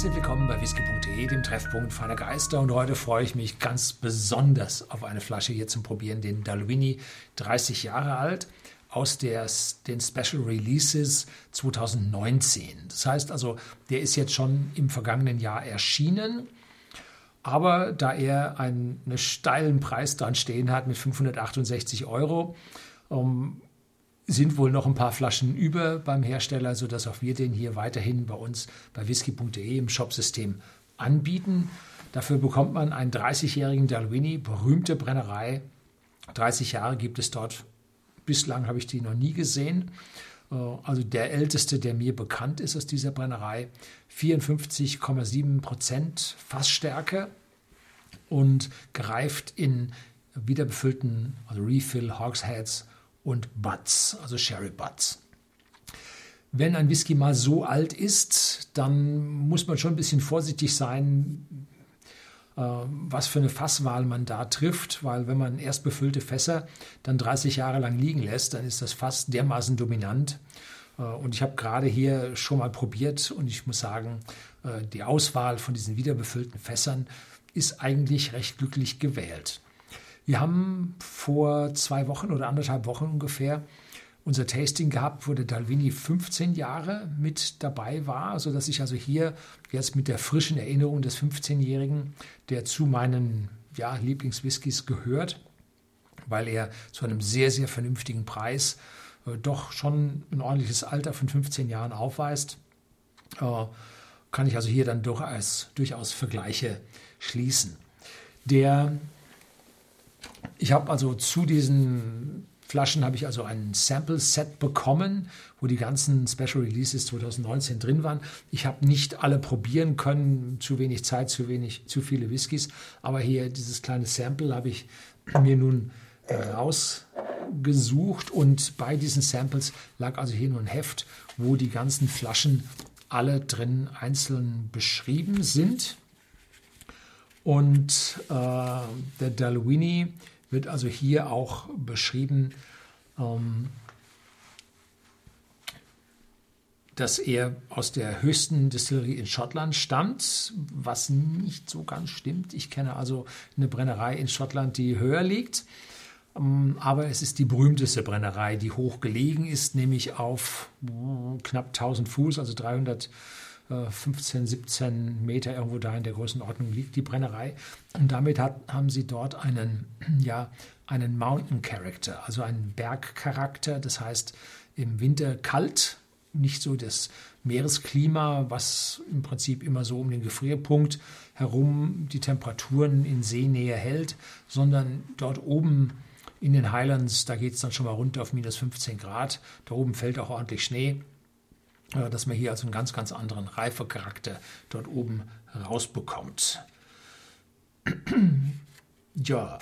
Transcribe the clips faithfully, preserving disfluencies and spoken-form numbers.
Herzlich willkommen bei whisky punkt de, dem Treffpunkt feiner Geister. Und heute freue ich mich ganz besonders auf eine Flasche hier zum Probieren, den Dalwhinnie, dreißig Jahre alt, aus der, den Special Releases zwanzig neunzehn. Das heißt also, der ist jetzt schon im vergangenen Jahr erschienen. Aber da er einen, einen steilen Preis dran stehen hat mit fünfhundertachtundsechzig Euro, um, sind wohl noch ein paar Flaschen über beim Hersteller, sodass auch wir den hier weiterhin bei uns bei whisky punkt de im Shopsystem anbieten. Dafür bekommt man einen dreißigjährigen Dalwhinnie, berühmte Brennerei. dreißig Jahre gibt es dort. Bislang habe ich die noch nie gesehen. Also der älteste, der mir bekannt ist aus dieser Brennerei. vierundfünfzig Komma sieben Prozent Fassstärke und gereift in wiederbefüllten, also Refill, Hogsheads und Butts, also Sherry Butts. Wenn ein Whisky mal so alt ist, dann muss man schon ein bisschen vorsichtig sein, äh, was für eine Fasswahl man da trifft, weil wenn man erst befüllte Fässer dann dreißig Jahre lang liegen lässt, dann ist das Fass dermaßen dominant. Äh, und ich habe gerade hier schon mal probiert und ich muss sagen, äh, die Auswahl von diesen wiederbefüllten Fässern ist eigentlich recht glücklich gewählt. Wir haben vor zwei Wochen oder anderthalb Wochen ungefähr unser Tasting gehabt, wo der Dalwhinnie fünfzehn Jahre mit dabei war, sodass ich also hier jetzt mit der frischen Erinnerung des fünfzehnjährigen, der zu meinen ja, Lieblingswhiskys gehört, weil er zu einem sehr, sehr vernünftigen Preis äh, doch schon ein ordentliches Alter von fünfzehn Jahren aufweist, äh, kann ich also hier dann durchaus, durchaus Vergleiche schließen. Der Ich habe also zu diesen Flaschen habe ich also ein Sample-Set bekommen, wo die ganzen Special Releases zwanzig neunzehn drin waren. Ich habe nicht alle probieren können, zu wenig Zeit, zu wenig, zu viele Whiskys. Aber hier dieses kleine Sample habe ich mir nun äh, rausgesucht und bei diesen Samples lag also hier nur ein Heft, wo die ganzen Flaschen alle drin einzeln beschrieben sind. Und äh, der Dalwhinnie wird also hier auch beschrieben, ähm, dass er aus der höchsten Distillerie in Schottland stammt, was nicht so ganz stimmt. Ich kenne also eine Brennerei in Schottland, die höher liegt, ähm, aber es ist die berühmteste Brennerei, die hoch gelegen ist, nämlich auf äh, knapp tausend Fuß, also dreihundert fünfzehn, siebzehn Meter, irgendwo da in der Größenordnung liegt die Brennerei. Und damit hat, haben sie dort einen, ja, einen Mountain Character, also einen Bergcharakter. Das heißt, im Winter kalt, nicht so das Meeresklima, was im Prinzip immer so um den Gefrierpunkt herum die Temperaturen in Seenähe hält, sondern dort oben in den Highlands, da geht es dann schon mal runter auf minus fünfzehn Grad. Da oben fällt auch ordentlich Schnee, dass man hier also einen ganz, ganz anderen Reifecharakter dort oben rausbekommt. Ja,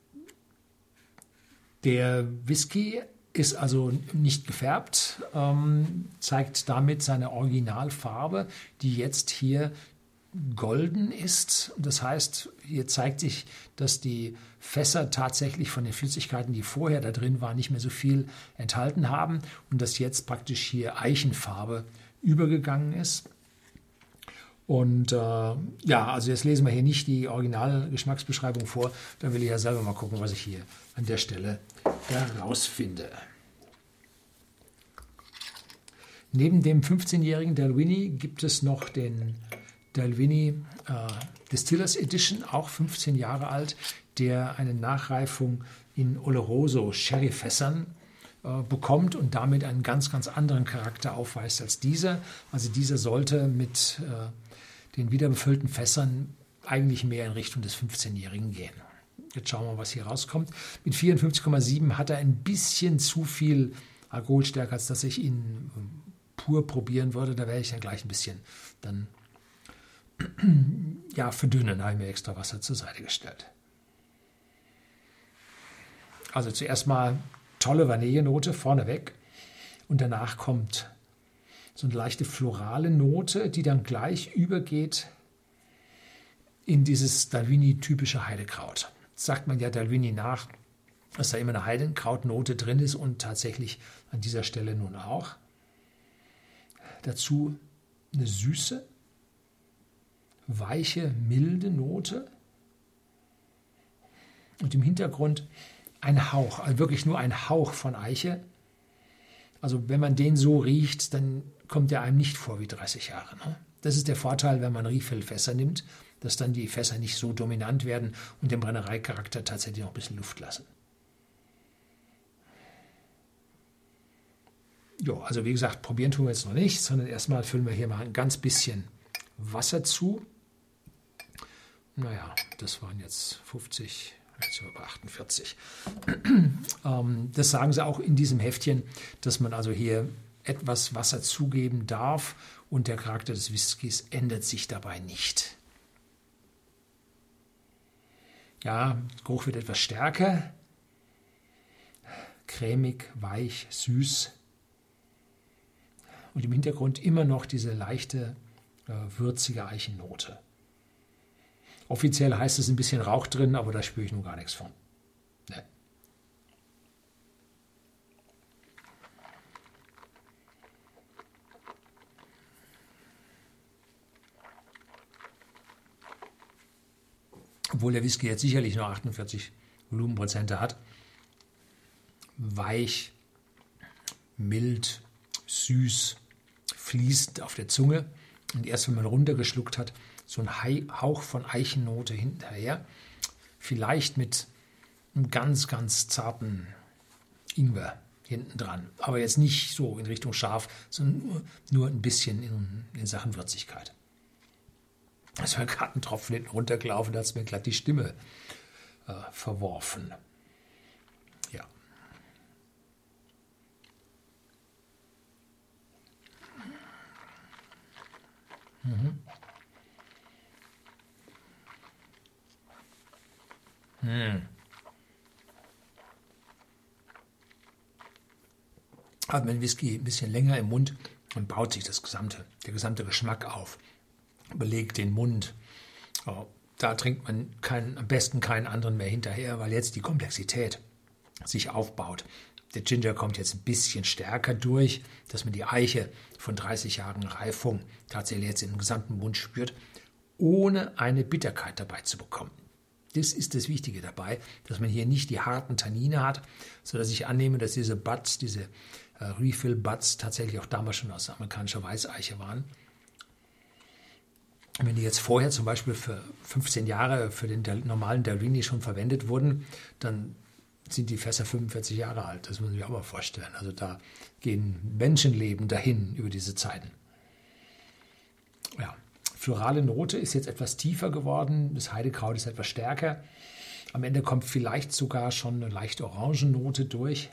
der Whisky ist also nicht gefärbt, ähm, zeigt damit seine Originalfarbe, die jetzt hier golden ist. Das heißt, hier zeigt sich, dass die Fässer tatsächlich von den Flüssigkeiten, die vorher da drin waren, nicht mehr so viel enthalten haben und dass jetzt praktisch hier Eichenfarbe übergegangen ist. Und äh, ja, also jetzt lesen wir hier nicht die Original-Geschmacksbeschreibung vor, dann will ich ja selber mal gucken, was ich hier an der Stelle herausfinde. Neben dem fünfzehnjährigen Dalwhinnie gibt es noch den Dalwhinnie äh, Distillers Edition, auch fünfzehn Jahre alt, der eine Nachreifung in Oloroso Sherryfässern äh, bekommt und damit einen ganz, ganz anderen Charakter aufweist als dieser. Also dieser sollte mit äh, den wiederbefüllten Fässern eigentlich mehr in Richtung des fünfzehnjährigen gehen. Jetzt schauen wir mal, was hier rauskommt. Mit vierundfünfzig Komma sieben hat er ein bisschen zu viel Alkoholstärke, als dass ich ihn pur probieren würde. Da wäre ich dann gleich ein bisschen dann ja, verdünnen, habe ich mir extra Wasser zur Seite gestellt. Also zuerst mal tolle Vanillenote vorneweg und danach kommt so eine leichte florale Note, die dann gleich übergeht in dieses Dalwhinnie-typische Heidekraut. Das sagt man ja Dalwhinnie nach, dass da immer eine Heidekrautnote drin ist und tatsächlich an dieser Stelle nun auch. Dazu eine Süße, weiche, milde Note. Und im Hintergrund ein Hauch, also wirklich nur ein Hauch von Eiche. Also wenn man den so riecht, dann kommt der einem nicht vor wie dreißig Jahre. Ne? Das ist der Vorteil, wenn man Refill-Fässer nimmt, dass dann die Fässer nicht so dominant werden und dem Brennereicharakter tatsächlich noch ein bisschen Luft lassen. Jo, also wie gesagt, probieren tun wir jetzt noch nicht, sondern erstmal füllen wir hier mal ein ganz bisschen Wasser zu. Naja, das waren jetzt fünfzig, jetzt sind wir bei achtundvierzig. ähm, das sagen sie auch in diesem Heftchen, dass man also hier etwas Wasser zugeben darf und der Charakter des Whiskys ändert sich dabei nicht. Ja, der Geruch wird etwas stärker, cremig, weich, süß. Und im Hintergrund immer noch diese leichte, äh, würzige Eichennote. Offiziell heißt es ein bisschen Rauch drin, aber da spüre ich nun gar nichts von. Nee. Obwohl der Whisky jetzt sicherlich nur achtundvierzig Volumenprozente hat. Weich, mild, süß, fließt auf der Zunge und erst wenn man runtergeschluckt hat, so ein Hauch von Eichennote hinterher, vielleicht mit einem ganz, ganz zarten Ingwer hinten dran, aber jetzt nicht so in Richtung scharf, sondern nur, nur ein bisschen in, in Sachen Würzigkeit. Also mir gerade ein Tropfen hinten runtergelaufen, da hat es mir glatt die Stimme äh, verworfen. Ja. Mhm. Hm. Hat man Whisky ein bisschen länger im Mund und baut sich das gesamte, der gesamte Geschmack auf, belegt den Mund. Oh, da trinkt man kein, am besten keinen anderen mehr hinterher, weil jetzt die Komplexität sich aufbaut. Der Ginger kommt jetzt ein bisschen stärker durch, dass man die Eiche von dreißig Jahren Reifung tatsächlich jetzt im gesamten Mund spürt, ohne eine Bitterkeit dabei zu bekommen. Das ist das Wichtige dabei, dass man hier nicht die harten Tannine hat, sodass ich annehme, dass diese Butts, diese äh, Refill-Butts tatsächlich auch damals schon aus amerikanischer Weißeiche waren. Und wenn die jetzt vorher zum Beispiel für fünfzehn Jahre für den Del- normalen Dalwhinnie schon verwendet wurden, dann sind die Fässer fünfundvierzig Jahre alt. Das muss man sich auch mal vorstellen. Also da gehen Menschenleben dahin über diese Zeiten. Ja, florale Note ist jetzt etwas tiefer geworden. Das Heidekraut ist etwas stärker. Am Ende kommt vielleicht sogar schon eine leichte Orangennote durch.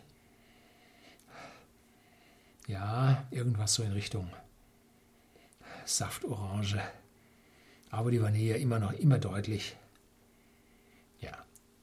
Ja, irgendwas so in Richtung Saftorange. Aber die Vanille immer noch immer deutlich. Ja.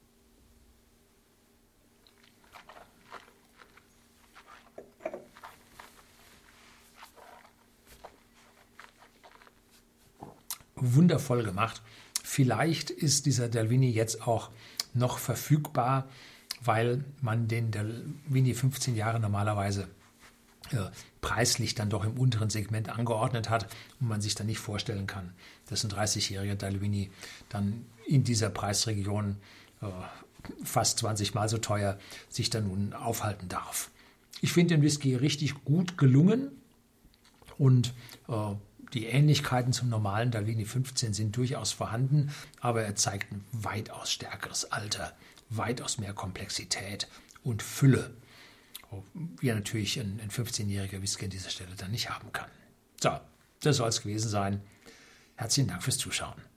Wundervoll gemacht. Vielleicht ist dieser Dalwhinnie jetzt auch noch verfügbar, weil man den Dalwhinnie fünfzehn Jahre normalerweise äh, preislich dann doch im unteren Segment angeordnet hat und man sich dann nicht vorstellen kann, dass ein dreißigjähriger Dalwhinnie dann in dieser Preisregion äh, fast zwanzig Mal so teuer sich dann nun aufhalten darf. Ich finde den Whisky richtig gut gelungen und äh, die Ähnlichkeiten zum normalen Dalwhinnie fünfzehn sind durchaus vorhanden, aber er zeigt ein weitaus stärkeres Alter, weitaus mehr Komplexität und Fülle, wie er natürlich ein, ein fünfzehnjähriger Whisky an dieser Stelle dann nicht haben kann. So, das soll es gewesen sein. Herzlichen Dank fürs Zuschauen.